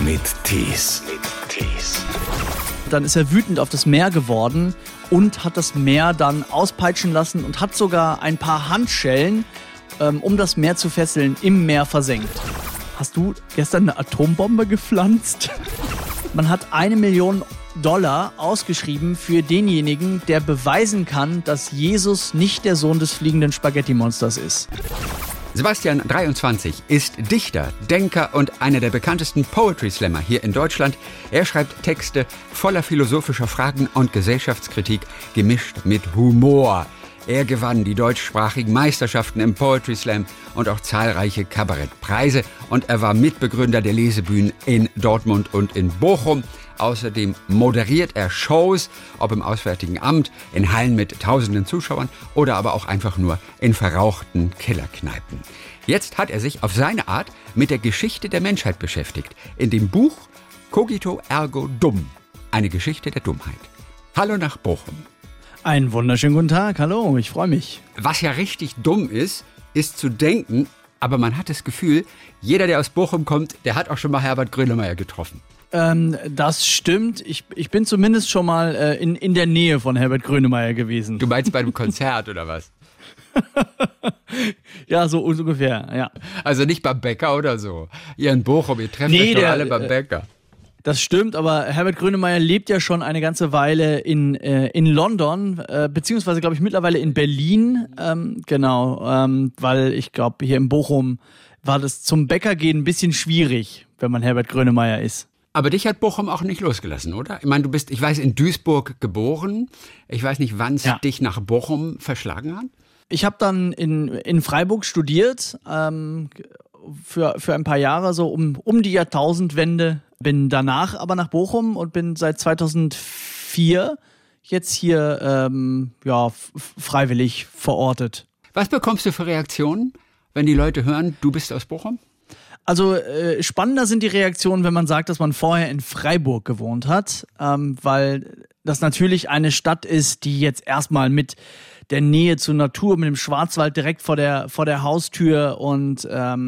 mit Tees. Dann ist er wütend auf das Meer geworden und hat das Meer dann auspeitschen lassen und hat sogar ein paar Handschellen, um das Meer zu fesseln, im Meer versenkt. Hast du gestern eine Atombombe gepflanzt? Man hat $1 Million ausgeschrieben für denjenigen, der beweisen kann, dass Jesus nicht der Sohn des fliegenden Spaghetti-Monsters ist. Sebastian, 23, ist Dichter, Denker und einer der bekanntesten Poetry Slammer hier in Deutschland. Er schreibt Texte voller philosophischer Fragen und Gesellschaftskritik, gemischt mit Humor. Er gewann die deutschsprachigen Meisterschaften im Poetry Slam und auch zahlreiche Kabarettpreise. Und er war Mitbegründer der Lesebühnen in Dortmund und in Bochum. Außerdem moderiert er Shows, ob im Auswärtigen Amt, in Hallen mit tausenden Zuschauern oder aber auch einfach nur in verrauchten Killerkneipen. Jetzt hat er sich auf seine Art mit der Geschichte der Menschheit beschäftigt. In dem Buch Cogito ergo Dumm, eine Geschichte der Dummheit. Hallo nach Bochum. Einen wunderschönen guten Tag, hallo, ich freue mich. Was ja richtig dumm ist zu denken, aber man hat das Gefühl, jeder, der aus Bochum kommt, der hat auch schon mal Herbert Grönemeyer getroffen. Das stimmt. Ich bin zumindest schon mal in der Nähe von Herbert Grönemeyer gewesen. Du meinst bei einem Konzert oder was? Ja, so ungefähr, ja. Also nicht beim Bäcker oder so. Ihr in Bochum, ihr trefft euch doch alle beim Bäcker. Das stimmt, aber Herbert Grönemeyer lebt ja schon eine ganze Weile in London, beziehungsweise glaube ich mittlerweile in Berlin, weil ich glaube hier in Bochum war das zum Bäcker gehen ein bisschen schwierig, wenn man Herbert Grönemeyer ist. Aber dich hat Bochum auch nicht losgelassen, oder? Ich meine, du bist, ich weiß, in Duisburg geboren. Ich weiß nicht, wann es dich nach Bochum verschlagen hat. Ich habe dann in Freiburg studiert, für ein paar Jahre, so um die Jahrtausendwende. Bin danach aber nach Bochum und bin seit 2004 jetzt hier freiwillig verortet. Was bekommst du für Reaktionen, wenn die Leute hören, du bist aus Bochum? Also spannender sind die Reaktionen, wenn man sagt, dass man vorher in Freiburg gewohnt hat, weil das natürlich eine Stadt ist, die jetzt erstmal mit der Nähe zur Natur, mit dem Schwarzwald direkt vor der Haustür und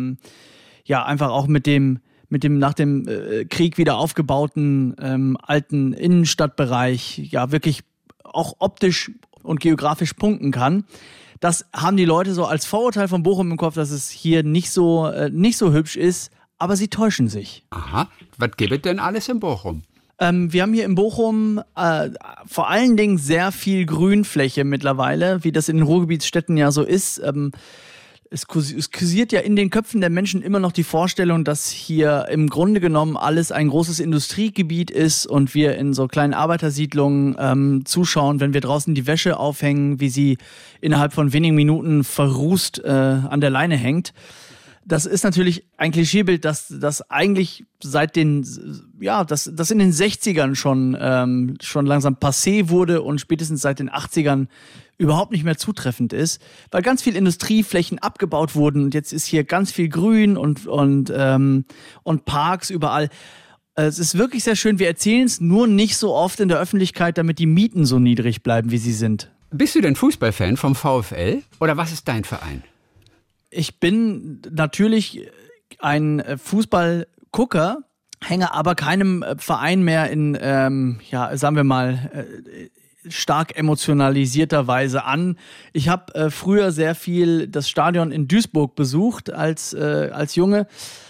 einfach auch mit dem nach dem Krieg wieder aufgebauten alten Innenstadtbereich ja wirklich auch optisch und geografisch punkten kann. Das haben die Leute so als Vorurteil von Bochum im Kopf, dass es hier nicht so hübsch ist, aber sie täuschen sich. Aha, was gibt es denn alles in Bochum? Wir haben hier in Bochum vor allen Dingen sehr viel Grünfläche mittlerweile, wie das in den Ruhrgebietsstädten ja so ist. Es kursiert ja in den Köpfen der Menschen immer noch die Vorstellung, dass hier im Grunde genommen alles ein großes Industriegebiet ist und wir in so kleinen Arbeitersiedlungen zuschauen, wenn wir draußen die Wäsche aufhängen, wie sie innerhalb von wenigen Minuten verrußt an der Leine hängt. Das ist natürlich ein Klischeebild, das eigentlich seit das in den 60ern schon langsam passé wurde und spätestens seit den 80ern überhaupt nicht mehr zutreffend ist, weil ganz viel Industrieflächen abgebaut wurden und jetzt ist hier ganz viel Grün und Parks überall. Es ist wirklich sehr schön. Wir erzählen es nur nicht so oft in der Öffentlichkeit, damit die Mieten so niedrig bleiben, wie sie sind. Bist du denn Fußballfan vom VfL oder was ist dein Verein? Ich bin natürlich ein Fußballgucker, hänge aber keinem Verein mehr in, sagen wir mal, stark emotionalisierter Weise an. Ich habe früher sehr viel das Stadion in Duisburg besucht als Junge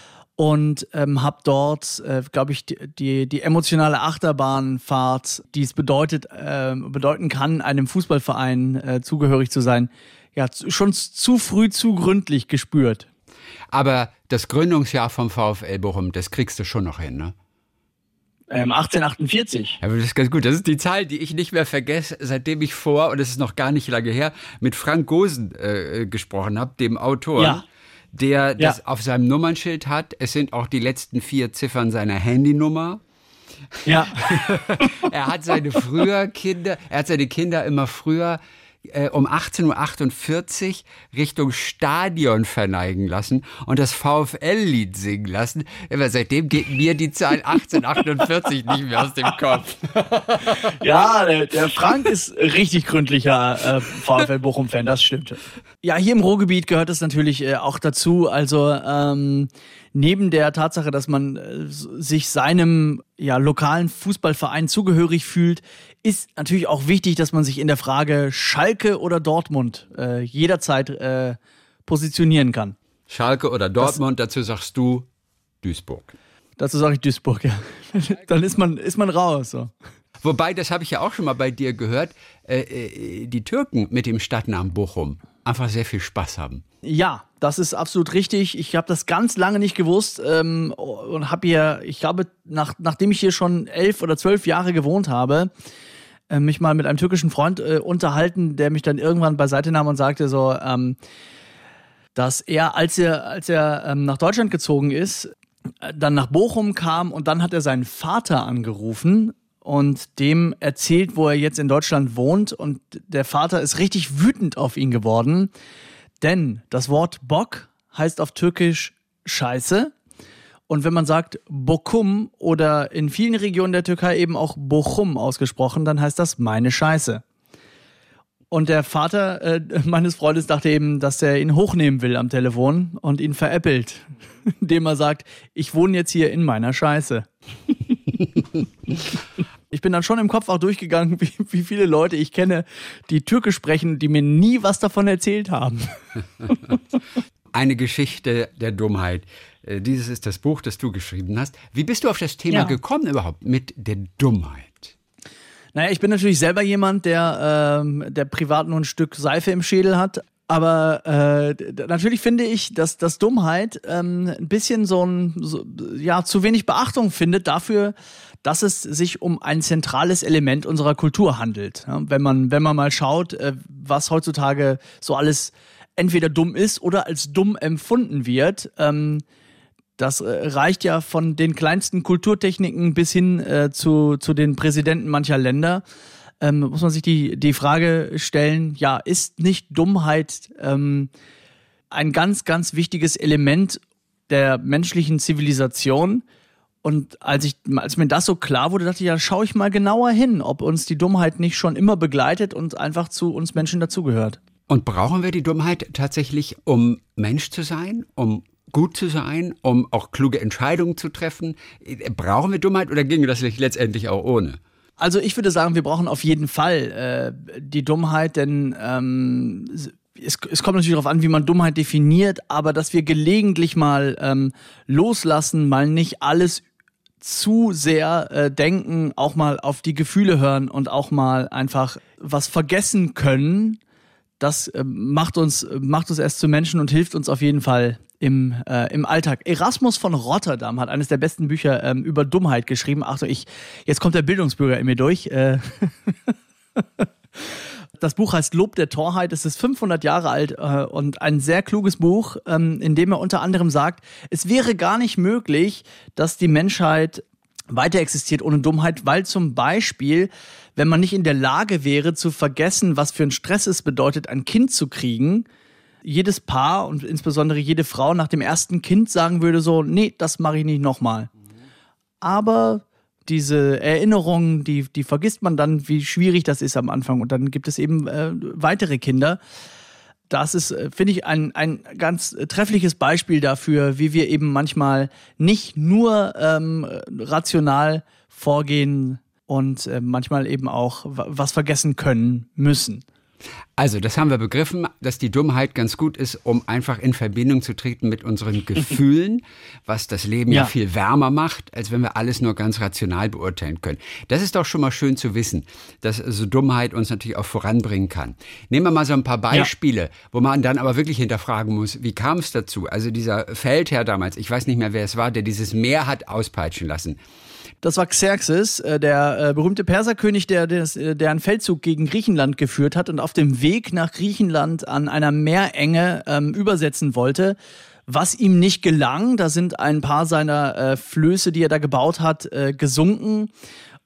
und habe dort, glaube ich, die emotionale Achterbahnfahrt, die es bedeuten kann, einem Fußballverein zugehörig zu sein, ja, schon zu früh, zu gründlich gespürt. Aber das Gründungsjahr vom VfL Bochum, das kriegst du schon noch hin, ne? 1848. Ja, das ist ganz gut. Das ist die Zahl, die ich nicht mehr vergesse, seitdem ich und das ist noch gar nicht lange her, mit Frank Gosen gesprochen habe, dem Autor, der das auf seinem Nummernschild hat. Es sind auch die letzten 4 Ziffern seiner Handynummer. Ja. Er hat seine Kinder immer früher um 18:48 Uhr Richtung Stadion verneigen lassen und das VfL-Lied singen lassen. Aber seitdem geht mir die Zahl 1848 nicht mehr aus dem Kopf. Ja, der Frank ist richtig gründlicher VfL Bochum-Fan, das stimmt. Ja, hier im Ruhrgebiet gehört es natürlich auch dazu. Also neben der Tatsache, dass man sich seinem lokalen Fußballverein zugehörig fühlt, ist natürlich auch wichtig, dass man sich in der Frage Schalke oder Dortmund jederzeit positionieren kann. Schalke oder Dortmund, dazu sagst du Duisburg. Dazu sage ich Duisburg, ja. Dann ist man raus. So. Wobei, das habe ich ja auch schon mal bei dir gehört, die Türken mit dem Stadtnamen Bochum einfach sehr viel Spaß haben. Ja, das ist absolut richtig. Ich habe das ganz lange nicht gewusst und habe hier, ich glaube, nachdem ich hier schon 11 oder 12 Jahre gewohnt habe, mich mal mit einem türkischen Freund unterhalten, der mich dann irgendwann beiseite nahm und sagte so, dass er, als er nach Deutschland gezogen ist, dann nach Bochum kam und dann hat er seinen Vater angerufen und dem erzählt, wo er jetzt in Deutschland wohnt, und der Vater ist richtig wütend auf ihn geworden, denn das Wort Bock heißt auf Türkisch Scheiße, und wenn man sagt Bokum oder in vielen Regionen der Türkei eben auch Bochum ausgesprochen, dann heißt das meine Scheiße. Und der Vater meines Freundes dachte eben, dass er ihn hochnehmen will am Telefon und ihn veräppelt, indem er sagt, ich wohne jetzt hier in meiner Scheiße. Ich bin dann schon im Kopf auch durchgegangen, wie viele Leute ich kenne, die Türkisch sprechen, die mir nie was davon erzählt haben. Eine Geschichte der Dummheit. Dieses ist das Buch, das du geschrieben hast. Wie bist du auf das Thema gekommen überhaupt mit der Dummheit? Naja, ich bin natürlich selber jemand, der privat nur ein Stück Seife im Schädel hat. Aber natürlich finde ich, dass Dummheit ein bisschen zu wenig Beachtung findet dafür, dass es sich um ein zentrales Element unserer Kultur handelt. Ja, wenn man mal schaut, was heutzutage so alles entweder dumm ist oder als dumm empfunden wird, das reicht ja von den kleinsten Kulturtechniken bis hin zu den Präsidenten mancher Länder. Muss man sich die Frage stellen, ja, ist nicht Dummheit ein ganz, ganz wichtiges Element der menschlichen Zivilisation? Und als mir das so klar wurde, dachte ich, ja, schau ich mal genauer hin, ob uns die Dummheit nicht schon immer begleitet und einfach zu uns Menschen dazugehört. Und brauchen wir die Dummheit tatsächlich, um Mensch zu sein, um gut zu sein, um auch kluge Entscheidungen zu treffen? Brauchen wir Dummheit oder ginge das letztendlich auch ohne? Also ich würde sagen, wir brauchen auf jeden Fall die Dummheit, denn es kommt natürlich darauf an, wie man Dummheit definiert, aber dass wir gelegentlich mal loslassen, mal nicht alles zu sehr denken, auch mal auf die Gefühle hören und auch mal einfach was vergessen können, das macht uns erst zu Menschen und hilft uns auf jeden Fall im Alltag. Erasmus von Rotterdam hat eines der besten Bücher über Dummheit geschrieben. Achtung, jetzt kommt der Bildungsbürger in mir durch. Das Buch heißt Lob der Torheit. Es ist 500 Jahre alt und ein sehr kluges Buch, in dem er unter anderem sagt, es wäre gar nicht möglich, dass die Menschheit weiter existiert ohne Dummheit, weil zum Beispiel, wenn man nicht in der Lage wäre zu vergessen, was für ein Stress es bedeutet, ein Kind zu kriegen, jedes Paar und insbesondere jede Frau nach dem ersten Kind sagen würde so, nee, das mache ich nicht nochmal. Aber diese Erinnerungen, die vergisst man dann, wie schwierig das ist am Anfang. Und dann gibt es eben weitere Kinder. Das ist, finde ich, ein ganz treffliches Beispiel dafür, wie wir eben manchmal nicht nur rational vorgehen und manchmal eben auch was vergessen können müssen. Also, das haben wir begriffen, dass die Dummheit ganz gut ist, um einfach in Verbindung zu treten mit unseren Gefühlen, was das Leben ja viel wärmer macht, als wenn wir alles nur ganz rational beurteilen können. Das ist doch schon mal schön zu wissen, dass so Dummheit uns natürlich auch voranbringen kann. Nehmen wir mal so ein paar Beispiele, wo man dann aber wirklich hinterfragen muss, wie kam es dazu? Also dieser Feldherr damals, ich weiß nicht mehr, wer es war, der dieses Meer hat auspeitschen lassen. Das war Xerxes, der berühmte Perserkönig, der einen Feldzug gegen Griechenland geführt hat und auf dem Weg nach Griechenland an einer Meerenge übersetzen wollte, was ihm nicht gelang. Da sind ein paar seiner Flöße, die er da gebaut hat, gesunken.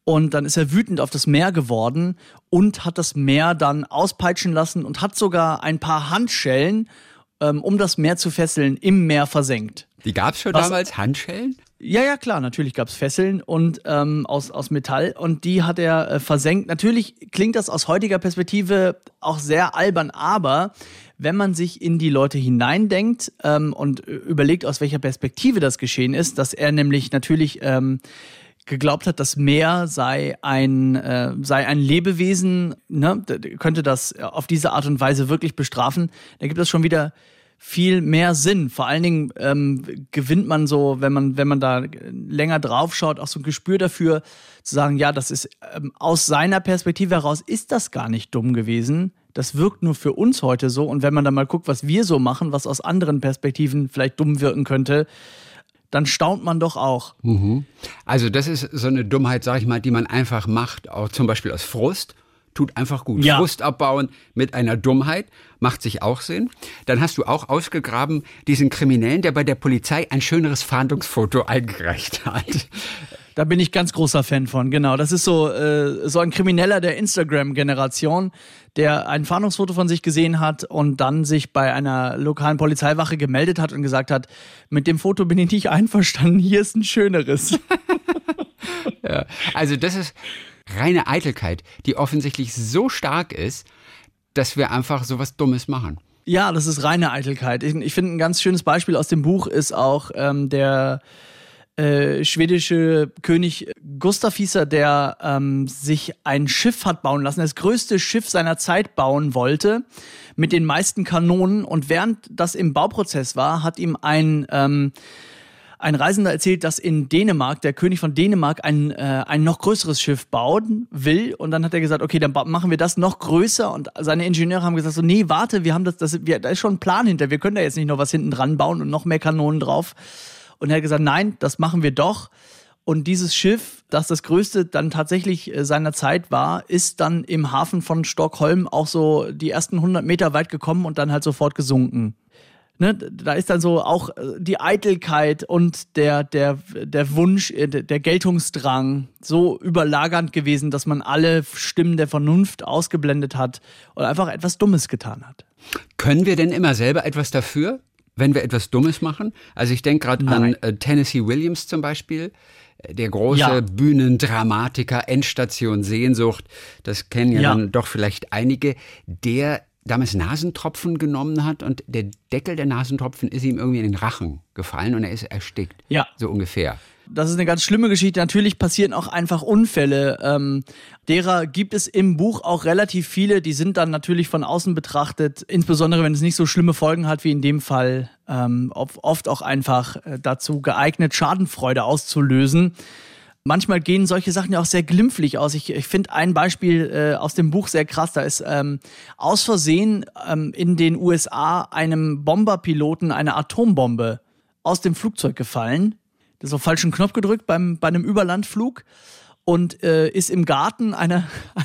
Und dann ist er wütend auf das Meer geworden und hat das Meer dann auspeitschen lassen und hat sogar ein paar Handschellen, um das Meer zu fesseln, im Meer versenkt. Die gab es schon damals, Handschellen? Ja, klar, natürlich gab es Fesseln und aus Metall und die hat er versenkt. Natürlich klingt das aus heutiger Perspektive auch sehr albern, aber wenn man sich in die Leute hineindenkt und überlegt, aus welcher Perspektive das geschehen ist, dass er nämlich natürlich geglaubt hat, das Meer sei ein Lebewesen, ne, könnte das auf diese Art und Weise wirklich bestrafen, da gibt es schon wieder viel mehr Sinn. Vor allen Dingen gewinnt man so, wenn man da länger drauf schaut, auch so ein Gespür dafür, zu sagen, ja, das ist aus seiner Perspektive heraus ist das gar nicht dumm gewesen. Das wirkt nur für uns heute so. Und wenn man dann mal guckt, was wir so machen, was aus anderen Perspektiven vielleicht dumm wirken könnte, dann staunt man doch auch. Also das ist so eine Dummheit, sag ich mal, die man einfach macht, auch zum Beispiel aus Frust. Tut einfach gut. Ja. Frust abbauen mit einer Dummheit macht sich auch Sinn. Dann hast du auch ausgegraben diesen Kriminellen, der bei der Polizei ein schöneres Fahndungsfoto eingereicht hat. Da bin ich ganz großer Fan von, genau. Das ist so ein Krimineller der Instagram-Generation, der ein Fahndungsfoto von sich gesehen hat und dann sich bei einer lokalen Polizeiwache gemeldet hat und gesagt hat, mit dem Foto bin ich nicht einverstanden, hier ist ein schöneres. Ja, also das ist reine Eitelkeit, die offensichtlich so stark ist, dass wir einfach sowas Dummes machen. Ja, das ist reine Eitelkeit. Ich finde, ein ganz schönes Beispiel aus dem Buch ist auch der schwedische König Gustav hieß er, der sich ein Schiff hat bauen lassen, das größte Schiff seiner Zeit bauen wollte, mit den meisten Kanonen. Und während das im Bauprozess war, hat ihm ein Reisender erzählt, dass in Dänemark, der König von Dänemark, ein noch größeres Schiff bauen will. Und dann hat er gesagt, okay, dann machen wir das noch größer. Und seine Ingenieure haben gesagt, so, nee, warte, wir haben da ist schon ein Plan hinter. Wir können da jetzt nicht noch was hinten dran bauen und noch mehr Kanonen drauf. Und er hat gesagt, nein, das machen wir doch. Und dieses Schiff, das größte dann tatsächlich seiner Zeit war, ist dann im Hafen von Stockholm auch so die ersten 100 Meter weit gekommen und dann halt sofort gesunken. Ne, da ist dann so auch die Eitelkeit und der Wunsch, der Geltungsdrang so überlagernd gewesen, dass man alle Stimmen der Vernunft ausgeblendet hat und einfach etwas Dummes getan hat. Können wir denn immer selber etwas dafür, wenn wir etwas Dummes machen? Also ich denke gerade an Tennessee Williams zum Beispiel, der große Bühnendramatiker, Endstation Sehnsucht, das kennen ja dann doch vielleicht einige, der damals Nasentropfen genommen hat und der Deckel der Nasentropfen ist ihm irgendwie in den Rachen gefallen und er ist erstickt. Ja. So ungefähr. Das ist eine ganz schlimme Geschichte. Natürlich passieren auch einfach Unfälle. Derer gibt es im Buch auch relativ viele. Die sind dann natürlich von außen betrachtet, insbesondere wenn es nicht so schlimme Folgen hat wie in dem Fall, oft auch einfach dazu geeignet, Schadenfreude auszulösen. Manchmal gehen solche Sachen ja auch sehr glimpflich aus. Ich finde ein Beispiel aus dem Buch sehr krass. Da ist aus Versehen in den USA einem Bomberpiloten eine Atombombe aus dem Flugzeug gefallen. Der ist auf falschen Knopf gedrückt bei einem Überlandflug und ist im Garten einer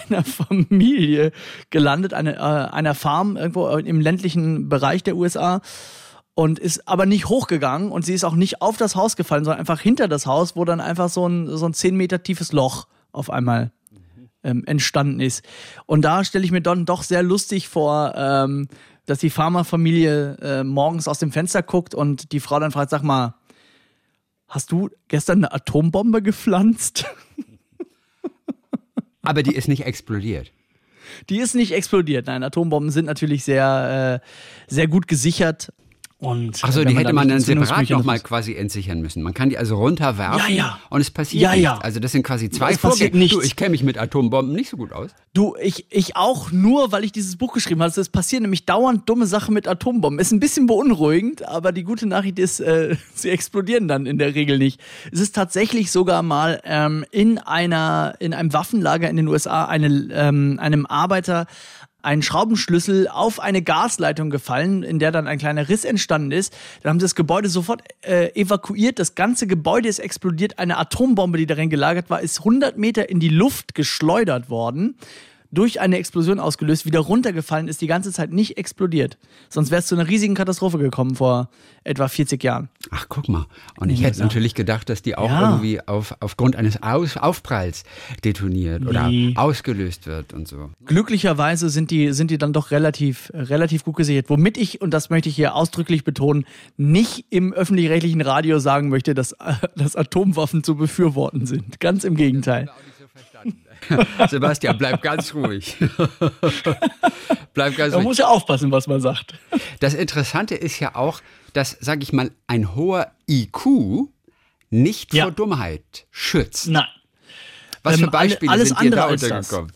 Familie gelandet, einer Farm irgendwo im ländlichen Bereich der USA. Und ist aber nicht hochgegangen und sie ist auch nicht auf das Haus gefallen, sondern einfach hinter das Haus, wo dann einfach so ein 10 Meter tiefes Loch auf einmal entstanden ist. Und da stelle ich mir dann doch sehr lustig vor, dass die Farmerfamilie morgens aus dem Fenster guckt und die Frau dann fragt, sag mal, hast du gestern eine Atombombe gepflanzt? Aber die ist nicht explodiert. Die ist nicht explodiert. Nein, Atombomben sind natürlich sehr, sehr gut gesichert. Achso, die hätte man dann separat nochmal quasi entsichern müssen. Man kann die also runterwerfen und es passiert nichts. Also das sind quasi zwei Vorgänge. Du, ich kenne mich mit Atombomben nicht so gut aus. Du, ich auch nur, weil ich dieses Buch geschrieben habe. Es passieren nämlich dauernd dumme Sachen mit Atombomben. Ist ein bisschen beunruhigend, aber die gute Nachricht ist, sie explodieren dann in der Regel nicht. Es ist tatsächlich sogar mal in einem Waffenlager in den USA einem Arbeiter ein Schraubenschlüssel auf eine Gasleitung gefallen, in der dann ein kleiner Riss entstanden ist. Dann haben sie das Gebäude sofort evakuiert. Das ganze Gebäude ist explodiert. Eine Atombombe, die darin gelagert war, ist 100 Meter in die Luft geschleudert worden. durch eine Explosion ausgelöst, wieder runtergefallen ist, die ganze Zeit nicht explodiert. Sonst wäre es zu einer riesigen Katastrophe gekommen vor etwa 40 Jahren. Ach, guck mal. Und ich hätte natürlich gedacht, dass die auch irgendwie aufgrund eines Aufpralls detoniert oder ausgelöst wird und so. Glücklicherweise sind die dann doch relativ gut gesichert. Womit ich, und das möchte ich hier ausdrücklich betonen, nicht im öffentlich-rechtlichen Radio sagen möchte, dass Atomwaffen zu befürworten sind. Ganz im Gegenteil. Sebastian, bleib ganz ruhig. Man muss ja aufpassen, was man sagt. Das Interessante ist ja auch, dass, sag ich mal, ein hoher IQ nicht vor Dummheit schützt. Nein. Was für Beispiele sind dir da untergekommen?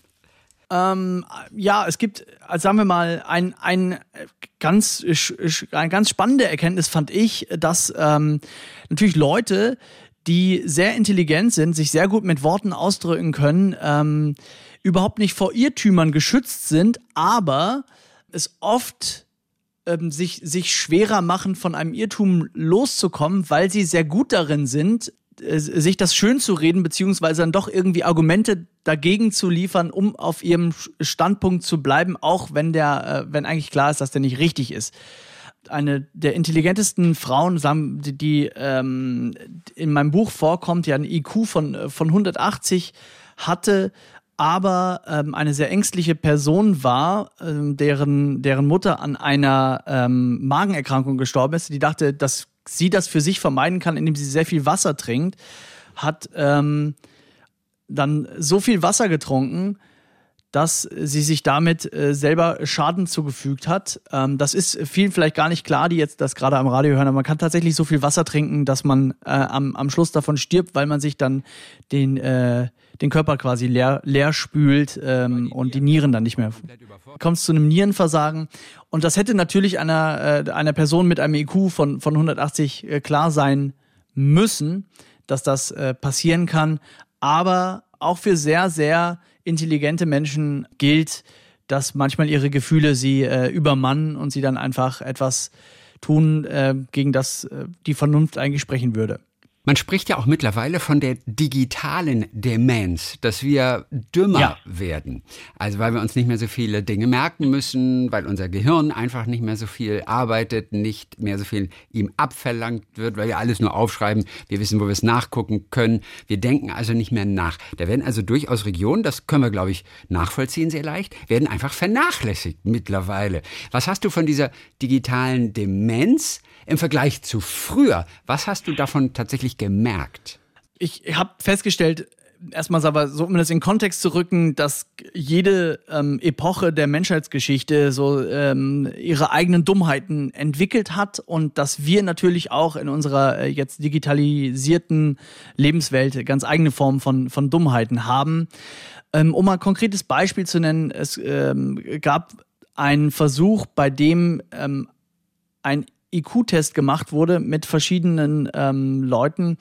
Es gibt, sagen wir mal, eine ganz spannende Erkenntnis fand ich, dass natürlich Leute, die sehr intelligent sind, sich sehr gut mit Worten ausdrücken können, überhaupt nicht vor Irrtümern geschützt sind, aber es oft sich schwerer machen, von einem Irrtum loszukommen, weil sie sehr gut darin sind, sich das schön zu reden, beziehungsweise dann doch irgendwie Argumente dagegen zu liefern, um auf ihrem Standpunkt zu bleiben, auch wenn eigentlich klar ist, dass der nicht richtig ist. Eine der intelligentesten Frauen, die in meinem Buch vorkommt, die einen IQ von 180 hatte, aber eine sehr ängstliche Person war, deren Mutter an einer Magenerkrankung gestorben ist. Die dachte, dass sie das für sich vermeiden kann, indem sie sehr viel Wasser trinkt, hat dann so viel Wasser getrunken, dass sie sich damit selber Schaden zugefügt hat. Das ist vielen vielleicht gar nicht klar, die jetzt das gerade am Radio hören, aber man kann tatsächlich so viel Wasser trinken, dass man am Schluss davon stirbt, weil man sich dann den Körper quasi leer spült und die Nieren dann nicht mehr. Kommt es zu einem Nierenversagen. Und das hätte natürlich einer Person mit einem IQ von 180 klar sein müssen, dass das passieren kann. Aber auch für sehr, sehr intelligente Menschen gilt, dass manchmal ihre Gefühle sie übermannen und sie dann einfach etwas tun, gegen das die Vernunft eigentlich sprechen würde. Man spricht ja auch mittlerweile von der digitalen Demenz, dass wir dümmer werden. Also weil wir uns nicht mehr so viele Dinge merken müssen, weil unser Gehirn einfach nicht mehr so viel arbeitet, nicht mehr so viel ihm abverlangt wird, weil wir alles nur aufschreiben, wir wissen, wo wir es nachgucken können. Wir denken also nicht mehr nach. Da werden also durchaus Regionen, das können wir, glaube ich, nachvollziehen sehr leicht, werden einfach vernachlässigt mittlerweile. Was hast du von dieser digitalen Demenz im Vergleich zu früher? Was hast du davon tatsächlich gemerkt? Ich habe festgestellt, erstmal aber so, um das in Kontext zu rücken, dass jede Epoche der Menschheitsgeschichte so ihre eigenen Dummheiten entwickelt hat und dass wir natürlich auch in unserer jetzt digitalisierten Lebenswelt ganz eigene Formen von Dummheiten haben. Um mal ein konkretes Beispiel zu nennen, es gab einen Versuch, bei dem ein IQ-Test gemacht wurde mit verschiedenen Leuten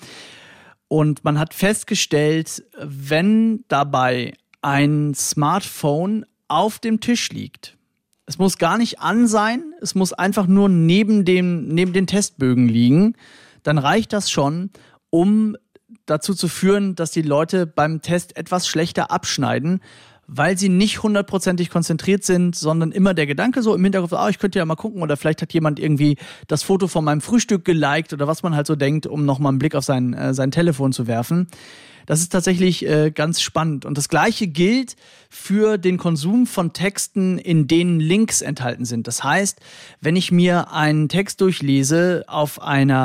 und man hat festgestellt, wenn dabei ein Smartphone auf dem Tisch liegt, es muss gar nicht an sein, es muss einfach nur neben den Testbögen liegen, dann reicht das schon, um dazu zu führen, dass die Leute beim Test etwas schlechter abschneiden, weil sie nicht 100%ig konzentriert sind, sondern immer der Gedanke so im Hinterkopf, ich könnte ja mal gucken oder vielleicht hat jemand irgendwie das Foto von meinem Frühstück geliked oder was man halt so denkt, um nochmal einen Blick auf sein Telefon zu werfen. Das ist tatsächlich ganz spannend. Und das Gleiche gilt für den Konsum von Texten, in denen Links enthalten sind. Das heißt, wenn ich mir einen Text durchlese auf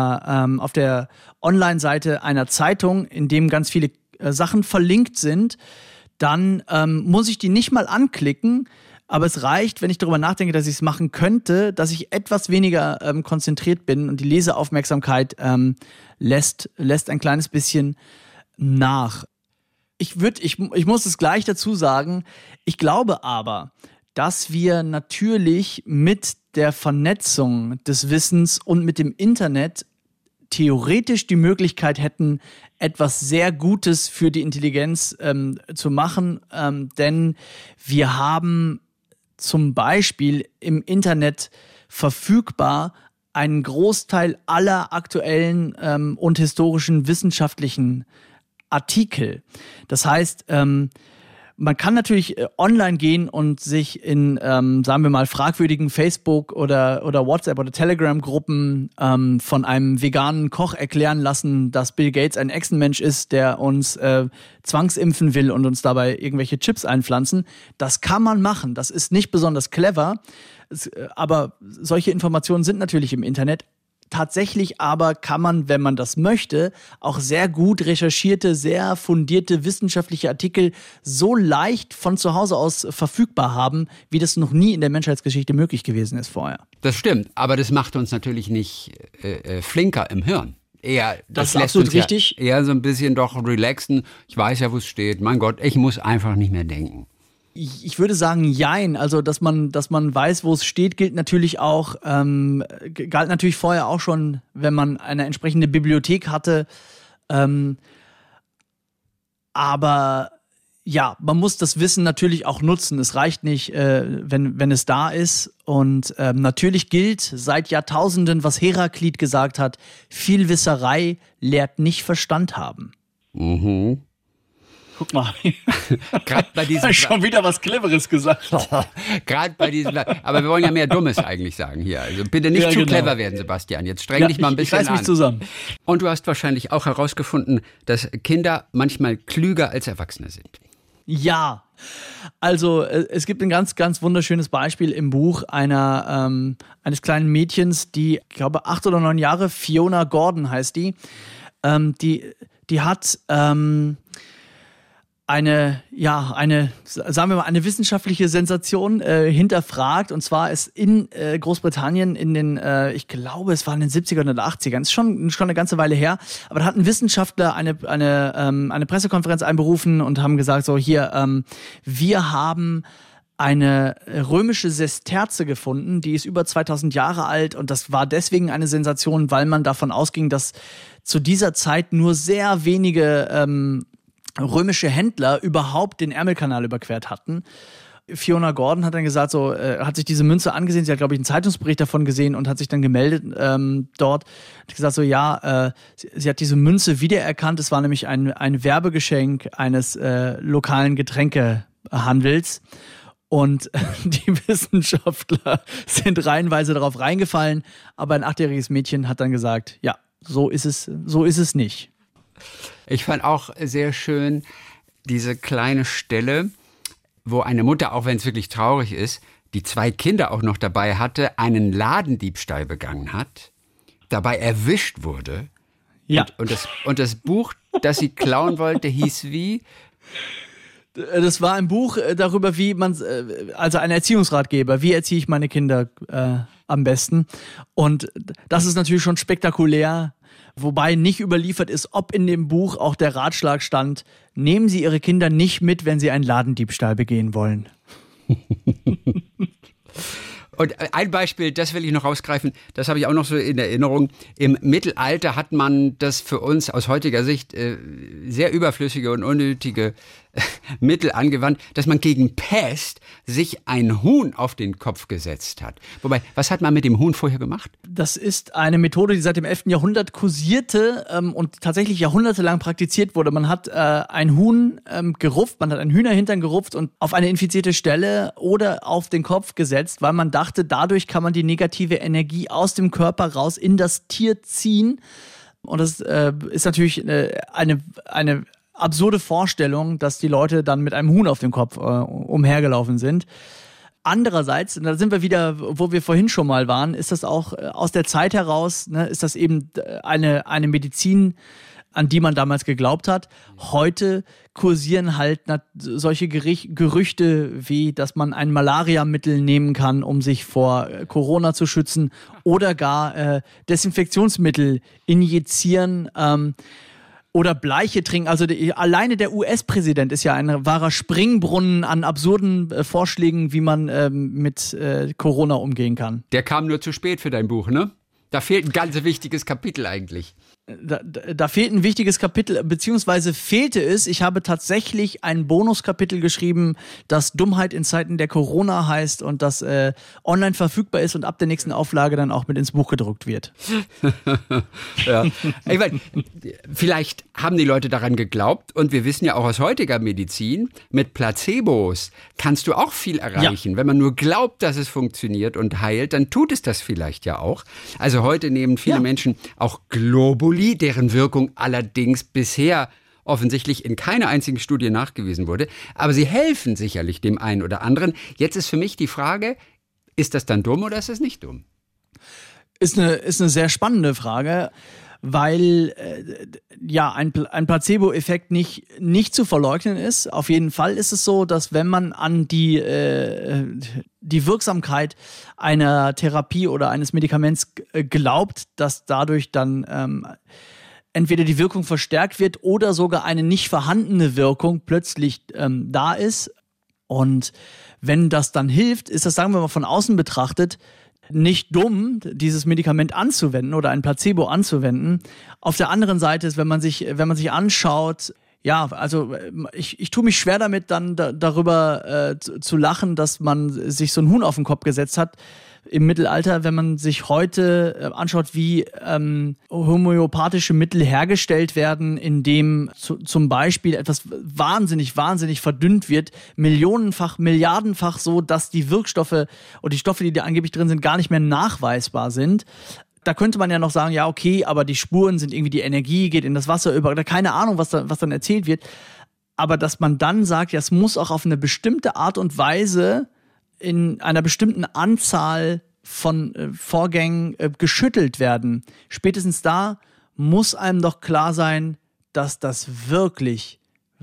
der Online-Seite einer Zeitung, in dem ganz viele Sachen verlinkt sind, dann muss ich die nicht mal anklicken, aber es reicht, wenn ich darüber nachdenke, dass ich es machen könnte, dass ich etwas weniger konzentriert bin und die Leseaufmerksamkeit lässt ein kleines bisschen nach. Ich muss es gleich dazu sagen, ich glaube aber, dass wir natürlich mit der Vernetzung des Wissens und mit dem Internet theoretisch die Möglichkeit hätten, etwas sehr Gutes für die Intelligenz zu machen, denn wir haben zum Beispiel im Internet verfügbar einen Großteil aller aktuellen und historischen wissenschaftlichen Artikel. Das heißt, Man kann natürlich online gehen und sich in, sagen wir mal, fragwürdigen Facebook- oder WhatsApp- oder Telegram-Gruppen von einem veganen Koch erklären lassen, dass Bill Gates ein Echsenmensch ist, der uns zwangsimpfen will und uns dabei irgendwelche Chips einpflanzen. Das kann man machen. Das ist nicht besonders clever. Aber solche Informationen sind natürlich im Internet. Tatsächlich aber kann man, wenn man das möchte, auch sehr gut recherchierte, sehr fundierte wissenschaftliche Artikel so leicht von zu Hause aus verfügbar haben, wie das noch nie in der Menschheitsgeschichte möglich gewesen ist vorher. Das stimmt, aber das macht uns natürlich nicht flinker im Hirn. Das ist absolut richtig. Ja eher so ein bisschen doch relaxen. Ich weiß ja, wo es steht. Mein Gott, ich muss einfach nicht mehr denken. Ich würde sagen, jein. Also, dass man weiß, wo es steht, galt natürlich vorher auch schon, wenn man eine entsprechende Bibliothek hatte. Aber ja, man muss das Wissen natürlich auch nutzen. Es reicht nicht, wenn es da ist. Und natürlich gilt seit Jahrtausenden, was Heraklit gesagt hat: Vielwisserei lehrt nicht Verstand haben. Mhm. Guck mal. Gerade bei diesem schon wieder was Cleveres gesagt. Gerade bei diesem, aber wir wollen ja mehr Dummes eigentlich sagen hier. Also bitte nicht zu clever werden, Sebastian. Jetzt streng dich mal ein bisschen an. Ich reiß mich zusammen. Und du hast wahrscheinlich auch herausgefunden, dass Kinder manchmal klüger als Erwachsene sind. Ja. Also es gibt ein ganz, ganz wunderschönes Beispiel im Buch eines kleinen Mädchens, die, ich glaube, 8 oder 9 Jahre, Fiona Gordon heißt die. Die hat eine wissenschaftliche Sensation hinterfragt. Und zwar ist in Großbritannien in den, ich glaube, es war in den 70ern oder 80ern, ist schon eine ganze Weile her, aber da hat ein Wissenschaftler eine Pressekonferenz einberufen und haben gesagt, so hier, wir haben eine römische Sesterze gefunden, die ist über 2000 Jahre alt und das war deswegen eine Sensation, weil man davon ausging, dass zu dieser Zeit nur sehr wenige römische Händler überhaupt den Ärmelkanal überquert hatten. Fiona Gordon hat dann gesagt, hat sich diese Münze angesehen, sie hat, glaube ich, einen Zeitungsbericht davon gesehen und hat sich dann gemeldet dort. Hat gesagt, sie hat diese Münze wiedererkannt. Es war nämlich ein Werbegeschenk eines lokalen Getränkehandels. Und die Wissenschaftler sind reihenweise darauf reingefallen, aber ein 8-jähriges Mädchen hat dann gesagt, ja, so ist es nicht. Ich fand auch sehr schön diese kleine Stelle, wo eine Mutter, auch wenn es wirklich traurig ist, die 2 Kinder auch noch dabei hatte, einen Ladendiebstahl begangen hat, dabei erwischt wurde. Ja. Und das Buch, das sie klauen wollte, hieß wie? Das war ein Buch darüber, wie man, also ein Erziehungsratgeber, wie erziehe ich meine Kinder am besten. Und das ist natürlich schon spektakulär. Wobei nicht überliefert ist, ob in dem Buch auch der Ratschlag stand, nehmen Sie Ihre Kinder nicht mit, wenn Sie einen Ladendiebstahl begehen wollen. Und ein Beispiel, das will ich noch rausgreifen, das habe ich auch noch so in Erinnerung. Im Mittelalter hat man das für uns aus heutiger Sicht sehr überflüssige und unnötige Mittel angewandt, dass man gegen Pest sich ein Huhn auf den Kopf gesetzt hat. Wobei, was hat man mit dem Huhn vorher gemacht? Das ist eine Methode, die seit dem 11. Jahrhundert kursierte und tatsächlich jahrhundertelang praktiziert wurde. Man hat ein Huhn gerupft, man hat einen Hühnerhintern gerupft und auf eine infizierte Stelle oder auf den Kopf gesetzt, weil man dachte, dadurch kann man die negative Energie aus dem Körper raus in das Tier ziehen. Und das ist natürlich eine absurde Vorstellung, dass die Leute dann mit einem Huhn auf dem Kopf umhergelaufen sind. Andererseits, da sind wir wieder, wo wir vorhin schon mal waren, ist das auch aus der Zeit heraus, ist das eben eine Medizin, an die man damals geglaubt hat. Heute kursieren halt solche Gerüchte wie, dass man ein Malariamittel nehmen kann, um sich vor Corona zu schützen oder gar Desinfektionsmittel injizieren, oder Bleiche trinken. Also alleine der US-Präsident ist ja ein wahrer Springbrunnen an absurden Vorschlägen, wie man mit Corona umgehen kann. Der kam nur zu spät für dein Buch, ne? Da fehlt ein ganz wichtiges Kapitel eigentlich. Da fehlt ein wichtiges Kapitel, beziehungsweise fehlte es. Ich habe tatsächlich ein Bonuskapitel geschrieben, das Dummheit in Zeiten der Corona heißt und das online verfügbar ist und ab der nächsten Auflage dann auch mit ins Buch gedruckt wird. Ja. Ich meine, vielleicht haben die Leute daran geglaubt und wir wissen ja auch aus heutiger Medizin, mit Placebos kannst du auch viel erreichen. Ja. Wenn man nur glaubt, dass es funktioniert und heilt, dann tut es das vielleicht ja auch. Also heute nehmen viele Menschen auch Globuli, deren Wirkung allerdings bisher offensichtlich in keiner einzigen Studie nachgewiesen wurde. Aber sie helfen sicherlich dem einen oder anderen. Jetzt ist für mich die Frage, ist das dann dumm oder ist es nicht dumm? Ist eine sehr spannende Frage, weil ein Placebo-Effekt nicht zu verleugnen ist. Auf jeden Fall ist es so, dass wenn man an die Wirksamkeit einer Therapie oder eines Medikaments glaubt, dass dadurch dann entweder die Wirkung verstärkt wird oder sogar eine nicht vorhandene Wirkung plötzlich da ist. Und wenn das dann hilft, ist das, sagen wir mal von außen betrachtet, nicht dumm, dieses Medikament anzuwenden oder ein Placebo anzuwenden. Auf der anderen Seite ist, wenn man sich anschaut, ja, also ich tue mich schwer damit, dann darüber zu lachen, dass man sich so ein Huhn auf den Kopf gesetzt hat im Mittelalter. Wenn man sich heute anschaut, wie homöopathische Mittel hergestellt werden, indem zum Beispiel etwas wahnsinnig verdünnt wird, milliardenfach so, dass die Wirkstoffe oder die Stoffe, die da angeblich drin sind, gar nicht mehr nachweisbar sind. Da könnte man ja noch sagen, ja okay, aber die Spuren sind irgendwie, die Energie geht in das Wasser über, oder keine Ahnung, was dann erzählt wird. Aber dass man dann sagt, ja, es muss auch auf eine bestimmte Art und Weise in einer bestimmten Anzahl von Vorgängen geschüttelt werden. Spätestens da muss einem doch klar sein, dass das wirklich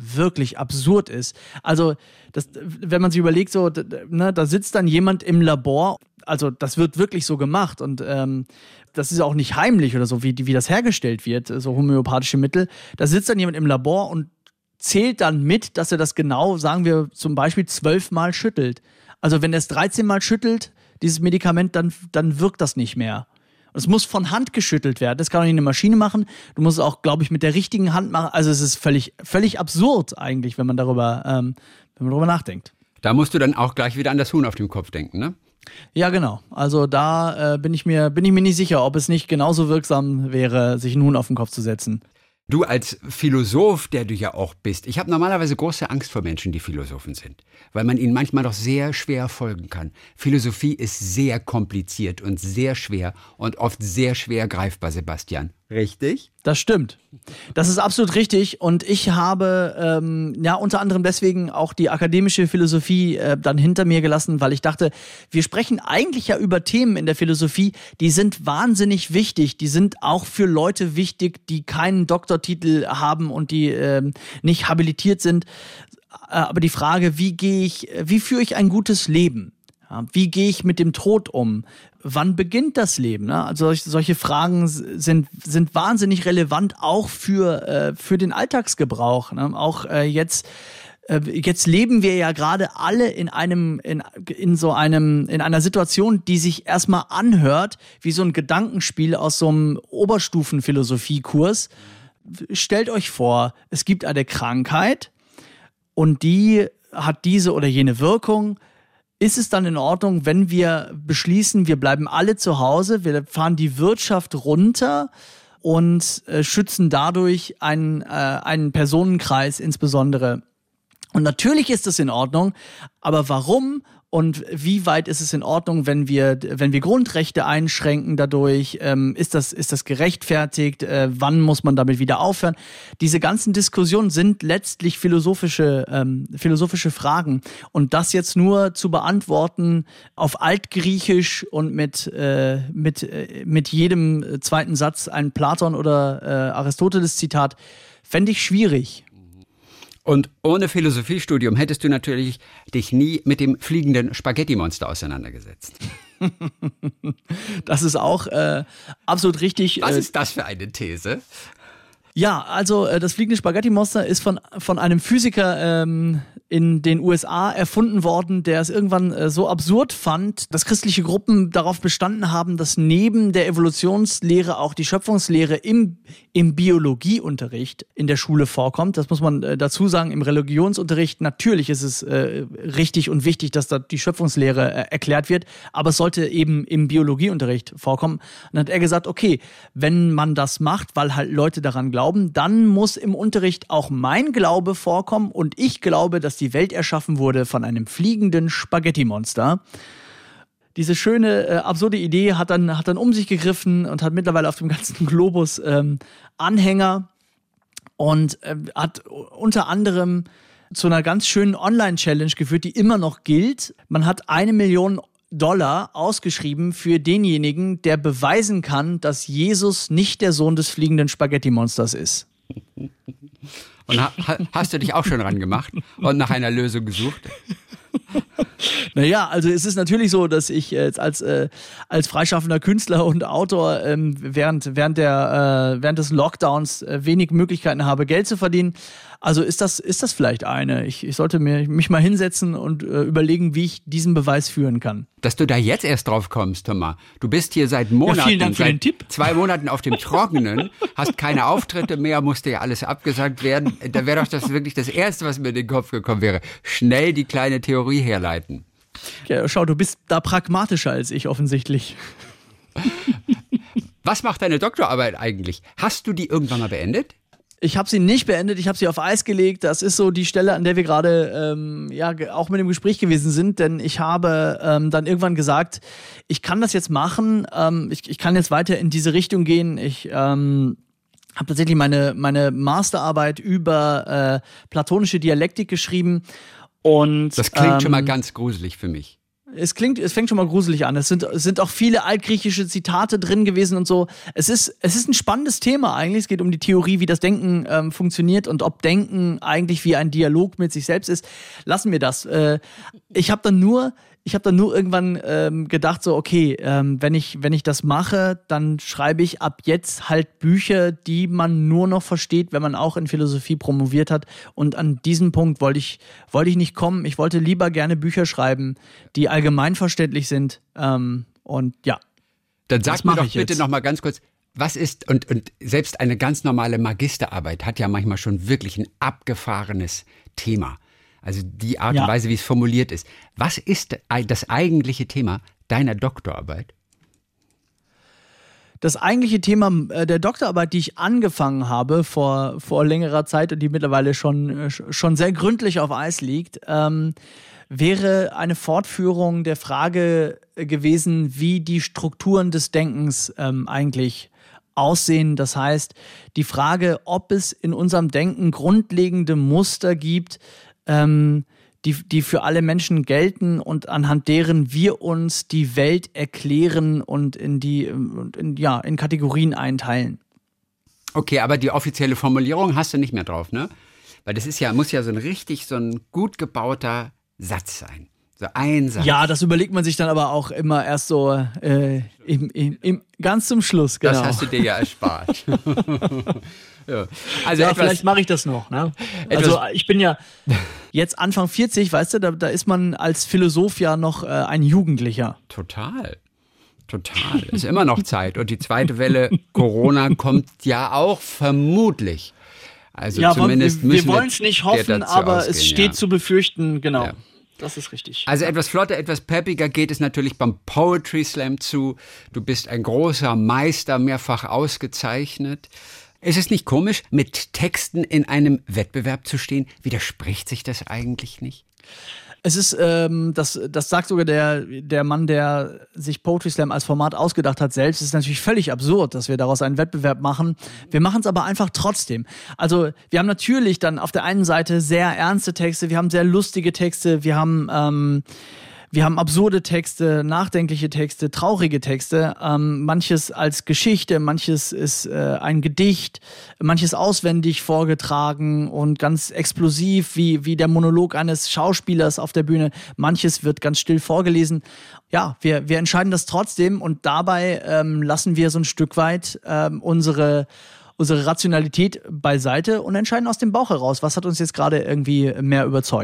absurd ist. Also, wenn man sich überlegt, so, da sitzt dann jemand im Labor, also das wird wirklich so gemacht und das ist auch nicht heimlich oder so, wie das hergestellt wird, so homöopathische Mittel. Da sitzt dann jemand im Labor und zählt dann mit, dass er das genau, sagen wir zum Beispiel 12 Mal schüttelt. Also wenn er es 13 Mal schüttelt, dieses Medikament, dann wirkt das nicht mehr. Und es muss von Hand geschüttelt werden. Das kann auch nicht eine Maschine machen. Du musst es auch, glaube ich, mit der richtigen Hand machen. Also es ist völlig absurd eigentlich, wenn man darüber nachdenkt. Da musst du dann auch gleich wieder an das Huhn auf dem Kopf denken, ne? Ja, genau. Also da bin ich mir nicht sicher, ob es nicht genauso wirksam wäre, sich einen Huhn auf den Kopf zu setzen. Du als Philosoph, der du ja auch bist, ich habe normalerweise große Angst vor Menschen, die Philosophen sind, weil man ihnen manchmal doch sehr schwer folgen kann. Philosophie ist sehr kompliziert und sehr schwer und oft sehr schwer greifbar, Sebastian. Richtig? Das stimmt. Das ist absolut richtig und ich habe unter anderem deswegen auch die akademische Philosophie dann hinter mir gelassen, weil ich dachte, wir sprechen eigentlich ja über Themen in der Philosophie, die sind wahnsinnig wichtig, die sind auch für Leute wichtig, die keinen Doktortitel haben und die nicht habilitiert sind. Aber die Frage, wie führe ich ein gutes Leben? Ja, wie gehe ich mit dem Tod um? Wann beginnt das Leben? Ne? Also solche Fragen sind wahnsinnig relevant, auch für den Alltagsgebrauch. Ne? Auch jetzt leben wir ja gerade alle in einer Situation, die sich erstmal anhört wie so ein Gedankenspiel aus so einem Oberstufenphilosophiekurs. Stellt euch vor, es gibt eine Krankheit und die hat diese oder jene Wirkung. Ist es dann in Ordnung, wenn wir beschließen, wir bleiben alle zu Hause, wir fahren die Wirtschaft runter und schützen dadurch einen Personenkreis insbesondere? Und natürlich ist es in Ordnung, aber warum und wie weit ist es in Ordnung, wenn wir Grundrechte einschränken dadurch? Ist das gerechtfertigt? Wann muss man damit wieder aufhören? Diese ganzen Diskussionen sind letztlich philosophische Fragen. Und das jetzt nur zu beantworten auf Altgriechisch und mit jedem zweiten Satz ein Platon oder Aristoteles-Zitat, fände ich schwierig. Und ohne Philosophiestudium hättest du natürlich dich nie mit dem fliegenden Spaghetti-Monster auseinandergesetzt. Das ist auch absolut richtig. Was ist das für eine These? Ja, also das fliegende Spaghetti-Monster ist von einem Physiker in den USA erfunden worden, der es irgendwann so absurd fand, dass christliche Gruppen darauf bestanden haben, dass neben der Evolutionslehre auch die Schöpfungslehre im Biologieunterricht in der Schule vorkommt. Das muss man dazu sagen, im Religionsunterricht natürlich ist es richtig und wichtig, dass da die Schöpfungslehre erklärt wird, aber es sollte eben im Biologieunterricht vorkommen. Und dann hat er gesagt, okay, wenn man das macht, weil halt Leute daran glauben, dann muss im Unterricht auch mein Glaube vorkommen und ich glaube, dass die Welt erschaffen wurde von einem fliegenden Spaghetti-Monster. Diese schöne, absurde Idee hat dann um sich gegriffen und hat mittlerweile auf dem ganzen Globus Anhänger und hat unter anderem zu einer ganz schönen Online-Challenge geführt, die immer noch gilt. Man hat $1 Million ausgeschrieben für denjenigen, der beweisen kann, dass Jesus nicht der Sohn des fliegenden Spaghetti-Monsters ist. Und hast du dich auch schon ran gemacht und nach einer Lösung gesucht? Naja, also es ist natürlich so, dass ich jetzt als freischaffender Künstler und Autor während des Lockdowns wenig Möglichkeiten habe, Geld zu verdienen. Also ist das vielleicht eine. Ich sollte mich mal hinsetzen und überlegen, wie ich diesen Beweis führen kann. Dass du da jetzt erst drauf kommst, Thomas. Du bist hier seit Monaten, vielen Dank für den Tipp. 2 Monaten auf dem Trockenen, hast keine Auftritte mehr, musste ja alles abgesagt werden. Da wäre doch das wirklich das Erste, was mir in den Kopf gekommen wäre. Schnell die kleine Theorie herleiten. Ja, schau, du bist da pragmatischer als ich offensichtlich. Was macht deine Doktorarbeit eigentlich? Hast du die irgendwann mal beendet? Ich habe sie nicht beendet, ich habe sie auf Eis gelegt. Das ist so die Stelle, an der wir gerade auch mit dem Gespräch gewesen sind, denn ich habe dann irgendwann gesagt, ich kann das jetzt machen, ich kann jetzt weiter in diese Richtung gehen. Ich habe tatsächlich meine Masterarbeit über platonische Dialektik geschrieben. Und das klingt schon mal ganz gruselig für mich. Es fängt schon mal gruselig an. Es sind auch viele altgriechische Zitate drin gewesen und so. Es ist ein spannendes Thema eigentlich. Es geht um die Theorie, wie das Denken funktioniert und ob Denken eigentlich wie ein Dialog mit sich selbst ist. Lassen wir das. Ich habe dann nur irgendwann gedacht, so okay, wenn ich das mache, dann schreibe ich ab jetzt halt Bücher, die man nur noch versteht, wenn man auch in Philosophie promoviert hat. Und an diesen Punkt wollte ich nicht kommen. Ich wollte lieber gerne Bücher schreiben, die allgemeinverständlich sind. Und ja. Dann sag mir doch bitte noch mal ganz kurz, was ist, und selbst eine ganz normale Magisterarbeit hat ja manchmal schon wirklich ein abgefahrenes Thema. Also die Art und Weise, wie es formuliert ist. Was ist das eigentliche Thema deiner Doktorarbeit? Das eigentliche Thema der Doktorarbeit, die ich angefangen habe vor längerer Zeit und die mittlerweile schon sehr gründlich auf Eis liegt, wäre eine Fortführung der Frage gewesen, wie die Strukturen des Denkens eigentlich aussehen. Das heißt, die Frage, ob es in unserem Denken grundlegende Muster gibt, die für alle Menschen gelten und anhand deren wir uns die Welt erklären und in Kategorien einteilen. Okay, aber die offizielle Formulierung hast du nicht mehr drauf, ne? Weil das muss ja so ein gut gebauter Satz sein. So ein Satz. Ja, das überlegt man sich dann aber auch immer erst so ganz zum Schluss, genau. Das hast du dir ja erspart. Ja. Also vielleicht mache ich das noch. Ne? Also ich bin ja jetzt Anfang 40, weißt du, da ist man als Philosoph ja noch ein Jugendlicher. Total. Ist immer noch Zeit. Und die zweite Welle Corona kommt ja auch vermutlich. Also ja, zumindest wir wollen es nicht hoffen, aber ausgehen, es steht zu befürchten, genau. Ja. Das ist richtig. Also etwas flotter, etwas peppiger geht es natürlich beim Poetry Slam zu. Du bist ein großer Meister, mehrfach ausgezeichnet. Ist es nicht komisch, mit Texten in einem Wettbewerb zu stehen? Widerspricht sich das eigentlich nicht? Es ist, das sagt sogar der Mann, der sich Poetry Slam als Format ausgedacht hat selbst. Es ist natürlich völlig absurd, dass wir daraus einen Wettbewerb machen. Wir machen es aber einfach trotzdem. Also wir haben natürlich dann auf der einen Seite sehr ernste Texte, wir haben sehr lustige Texte, wir haben absurde Texte, nachdenkliche Texte, traurige Texte, manches als Geschichte, manches ist ein Gedicht, manches auswendig vorgetragen und ganz explosiv, wie der Monolog eines Schauspielers auf der Bühne, manches wird ganz still vorgelesen. Ja, wir entscheiden das trotzdem und dabei lassen wir so ein Stück weit unsere Rationalität beiseite und entscheiden aus dem Bauch heraus, was hat uns jetzt gerade irgendwie mehr überzeugt.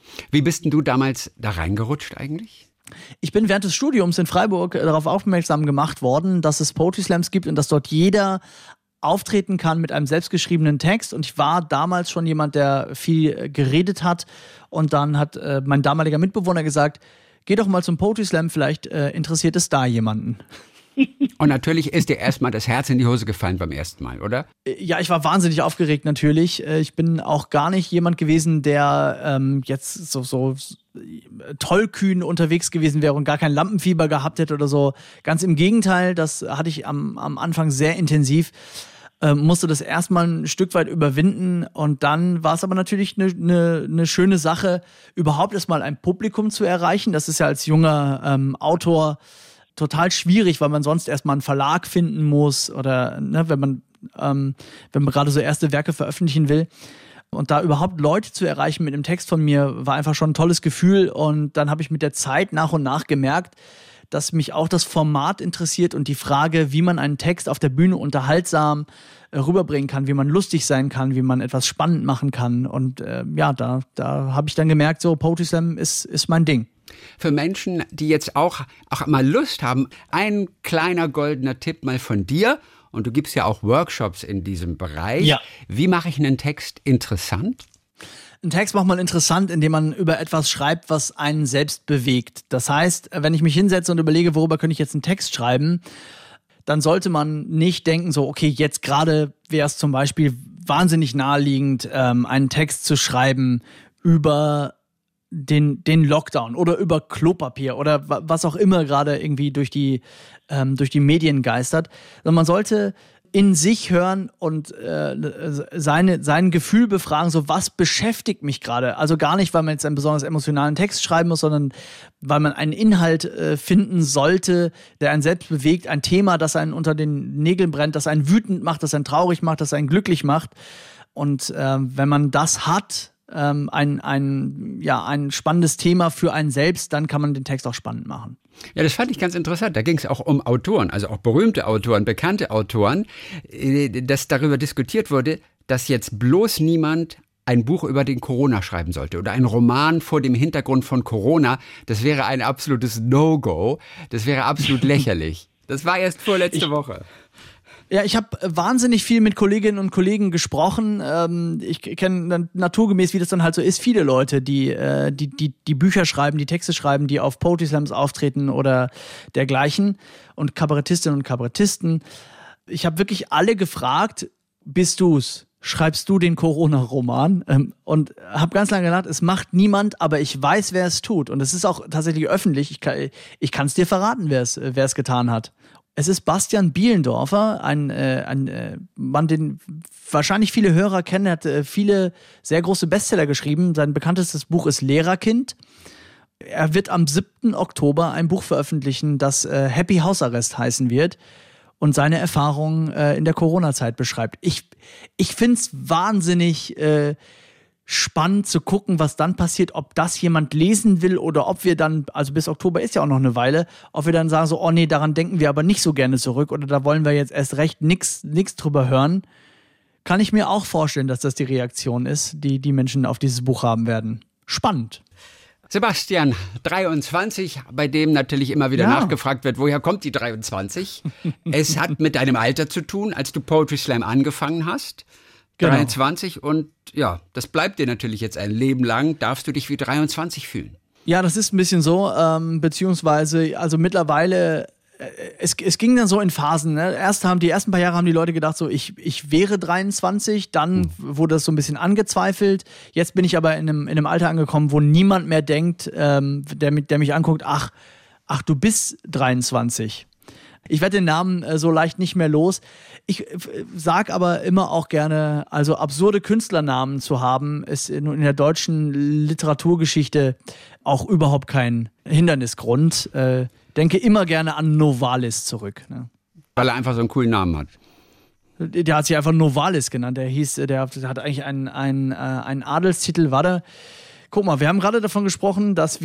Wie bist denn du damals da reingerutscht eigentlich? Ich bin während des Studiums in Freiburg darauf aufmerksam gemacht worden, dass es Poetry Slams gibt und dass dort jeder auftreten kann mit einem selbstgeschriebenen Text. Und ich war damals schon jemand, der viel geredet hat. Und dann hat mein damaliger Mitbewohner gesagt, geh doch mal zum Poetry Slam, vielleicht interessiert es da jemanden. Und natürlich ist dir erstmal das Herz in die Hose gefallen beim ersten Mal, oder? Ja, ich war wahnsinnig aufgeregt natürlich. Ich bin auch gar nicht jemand gewesen, der jetzt so tollkühn unterwegs gewesen wäre und gar kein Lampenfieber gehabt hätte oder so. Ganz im Gegenteil, das hatte ich am Anfang sehr intensiv. Musste das erstmal ein Stück weit überwinden und dann war es aber natürlich eine schöne Sache, überhaupt erstmal ein Publikum zu erreichen. Das ist ja als junger Autor total schwierig, weil man sonst erstmal einen Verlag finden muss oder wenn man gerade so erste Werke veröffentlichen will. Und da überhaupt Leute zu erreichen mit einem Text von mir, war einfach schon ein tolles Gefühl. Und dann habe ich mit der Zeit nach und nach gemerkt, dass mich auch das Format interessiert und die Frage, wie man einen Text auf der Bühne unterhaltsam rüberbringen kann, wie man lustig sein kann, wie man etwas spannend machen kann. Und da habe ich dann gemerkt, so Poetry Slam ist mein Ding. Für Menschen, die jetzt auch mal Lust haben, ein kleiner goldener Tipp mal von dir. Und du gibst ja auch Workshops in diesem Bereich. Ja. Wie mache ich einen Text interessant? Einen Text macht man interessant, indem man über etwas schreibt, was einen selbst bewegt. Das heißt, wenn ich mich hinsetze und überlege, worüber könnte ich jetzt einen Text schreiben, dann sollte man nicht denken, so, okay, jetzt gerade wäre es zum Beispiel wahnsinnig naheliegend, einen Text zu schreiben über den Lockdown oder über Klopapier oder was auch immer gerade irgendwie durch die Medien geistert. Also man sollte in sich hören und sein Gefühl befragen, so was beschäftigt mich gerade. Also gar nicht, weil man jetzt einen besonders emotionalen Text schreiben muss, sondern weil man einen Inhalt finden sollte, der einen selbst bewegt, ein Thema, das einen unter den Nägeln brennt, das einen wütend macht, das einen traurig macht, das einen glücklich macht. Und wenn man das hat, ein spannendes Thema für einen selbst, dann kann man den Text auch spannend machen. Ja, das fand ich ganz interessant. Da ging es auch um Autoren, also auch berühmte Autoren, bekannte Autoren, dass darüber diskutiert wurde, dass jetzt bloß niemand ein Buch über den Corona schreiben sollte oder ein Roman vor dem Hintergrund von Corona. Das wäre ein absolutes No-Go. Das wäre absolut lächerlich. Das war erst vorletzte Woche. Ja, ich habe wahnsinnig viel mit Kolleginnen und Kollegen gesprochen. Ich kenne naturgemäß, wie das dann halt so ist, viele Leute, die Bücher schreiben, die Texte schreiben, die auf Poetry Slams auftreten oder dergleichen und Kabarettistinnen und Kabarettisten. Ich habe wirklich alle gefragt, bist du's? Schreibst du den Corona-Roman? Und habe ganz lange gedacht, es macht niemand, aber ich weiß, wer es tut. Und es ist auch tatsächlich öffentlich. Ich kann es dir verraten, wer es getan hat. Es ist Bastian Bielendorfer, ein Mann, den wahrscheinlich viele Hörer kennen. Er hat viele sehr große Bestseller geschrieben. Sein bekanntestes Buch ist Lehrerkind. Er wird am 7. Oktober ein Buch veröffentlichen, das Happy Hausarrest heißen wird und seine Erfahrungen in der Corona-Zeit beschreibt. Ich finde es wahnsinnig spannend zu gucken, was dann passiert, ob das jemand lesen will oder ob wir dann, also bis Oktober ist ja auch noch eine Weile, ob wir dann sagen so, oh nee, daran denken wir aber nicht so gerne zurück oder da wollen wir jetzt erst recht nix drüber hören. Kann ich mir auch vorstellen, dass das die Reaktion ist, die Menschen auf dieses Buch haben werden. Spannend. Sebastian, 23, bei dem natürlich immer wieder nachgefragt wird, woher kommt die 23? Es hat mit deinem Alter zu tun, als du Poetry Slam angefangen hast. Genau. 23 und ja, das bleibt dir natürlich jetzt ein Leben lang. Darfst du dich wie 23 fühlen? Ja, das ist ein bisschen so, beziehungsweise, also mittlerweile, es ging dann so in Phasen. Ne? Die ersten paar Jahre haben die Leute gedacht, so ich wäre 23, dann wurde das so ein bisschen angezweifelt. Jetzt bin ich aber in einem Alter angekommen, wo niemand mehr denkt, der mich anguckt, ach, du bist 23. Ich werde den Namen so leicht nicht mehr los. Ich sag aber immer auch gerne, also absurde Künstlernamen zu haben, ist in der deutschen Literaturgeschichte auch überhaupt kein Hindernisgrund. Denke immer gerne an Novalis zurück. Ne? Weil er einfach so einen coolen Namen hat. Der hat sich einfach Novalis genannt. Der hat eigentlich einen Adelstitel, Guck mal, wir haben gerade davon gesprochen, dass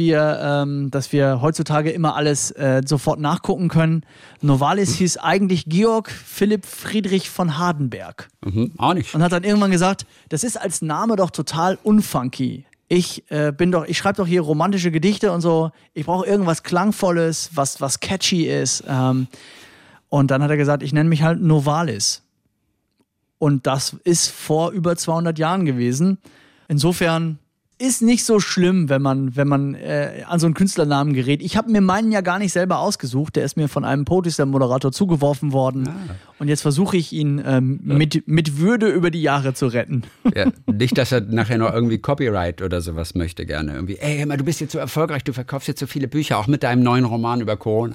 wir heutzutage immer alles sofort nachgucken können. Novalis hieß eigentlich Georg Philipp Friedrich von Hardenberg. Auch nicht. Und hat dann irgendwann gesagt, das ist als Name doch total unfunky. ich schreibe doch hier romantische Gedichte und so, ich brauche irgendwas Klangvolles, was catchy ist. Und dann hat er gesagt, ich nenne mich halt Novalis. Und das ist vor über 200 Jahren gewesen. Insofern ist nicht so schlimm, wenn man an so einen Künstlernamen gerät. Ich habe mir meinen ja gar nicht selber ausgesucht. Der ist mir von einem Poetry Slam Moderator zugeworfen worden. Und jetzt versuche ich ihn mit Würde über die Jahre zu retten. Ja, nicht, dass er nachher noch irgendwie Copyright oder sowas möchte gerne. Irgendwie, ey, du bist jetzt so erfolgreich, du verkaufst jetzt so viele Bücher, auch mit deinem neuen Roman über Corona.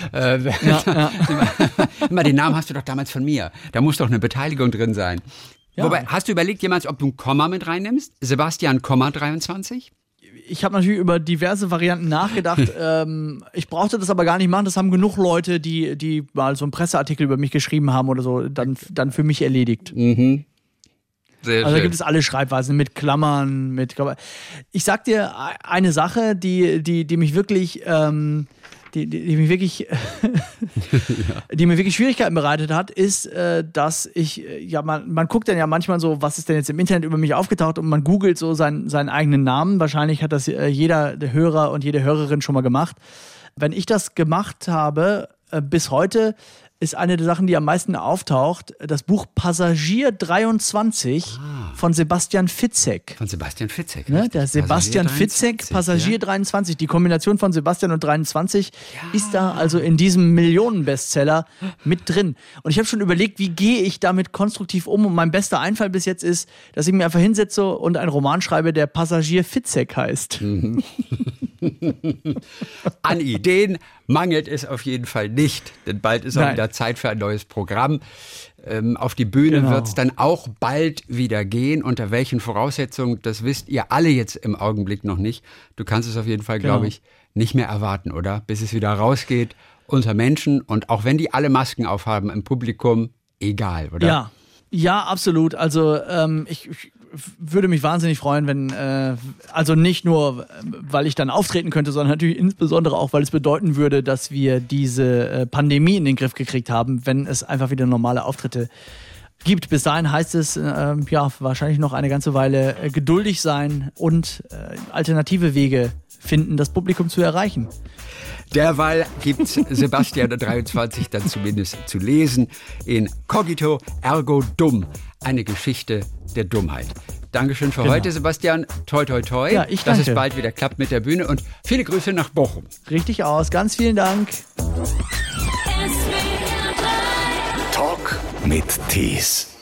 Immer den Namen hast du doch damals von mir. Da muss doch eine Beteiligung drin sein. Ja. Wobei, hast du überlegt jemals, ob du ein Komma mit reinnimmst? Sebastian, 23? Ich habe natürlich über diverse Varianten nachgedacht. Ich brauchte das aber gar nicht machen. Das haben genug Leute, die mal so einen Presseartikel über mich geschrieben haben oder so, dann für mich erledigt. Mhm. Sehr also da schön. gibt es alle Schreibweisen mit Klammern, Ich sag dir eine Sache, die mich wirklich... Die mir wirklich Schwierigkeiten bereitet hat, ist, dass ich, man guckt dann ja manchmal so, was ist denn jetzt im Internet über mich aufgetaucht und man googelt so seinen eigenen Namen. Wahrscheinlich hat das jeder Hörer und jede Hörerin schon mal gemacht. Wenn ich das gemacht habe, bis heute, ist eine der Sachen, die am meisten auftaucht, das Buch Passagier 23 von Sebastian Fitzek. Von Sebastian Fitzek. Ne? Der Sebastian Fitzek, Passagier 23. Die Kombination von Sebastian und 23 ist da also in diesem Millionen-Bestseller mit drin. Und ich habe schon überlegt, wie gehe ich damit konstruktiv um? Und mein bester Einfall bis jetzt ist, dass ich mir einfach hinsetze und einen Roman schreibe, der Passagier Fitzek heißt. An Ideen mangelt es auf jeden Fall nicht, denn bald ist auch wieder Zeit für ein neues Programm. Auf die Bühne wird es dann auch bald wieder gehen. Unter welchen Voraussetzungen, das wisst ihr alle jetzt im Augenblick noch nicht. Du kannst es auf jeden Fall, glaube ich, nicht mehr erwarten, oder? Bis es wieder rausgeht unter Menschen und auch wenn die alle Masken aufhaben im Publikum, egal, oder? Ja, absolut. Also ich würde mich wahnsinnig freuen, wenn, also nicht nur, weil ich dann auftreten könnte, sondern natürlich insbesondere auch, weil es bedeuten würde, dass wir diese Pandemie in den Griff gekriegt haben, wenn es einfach wieder normale Auftritte gibt. Bis dahin heißt es, wahrscheinlich noch eine ganze Weile geduldig sein und alternative Wege finden, das Publikum zu erreichen. Derweil gibt's Sebastian 23 dann zumindest zu lesen in Cogito Ergo Dumm, eine Geschichte der Dummheit. Dankeschön für heute, Sebastian. Toi, toi, toi. Ja, ich danke. Dass es bald wieder klappt mit der Bühne und viele Grüße nach Bochum. Richtig aus. Ganz vielen Dank. Talk mit Tees.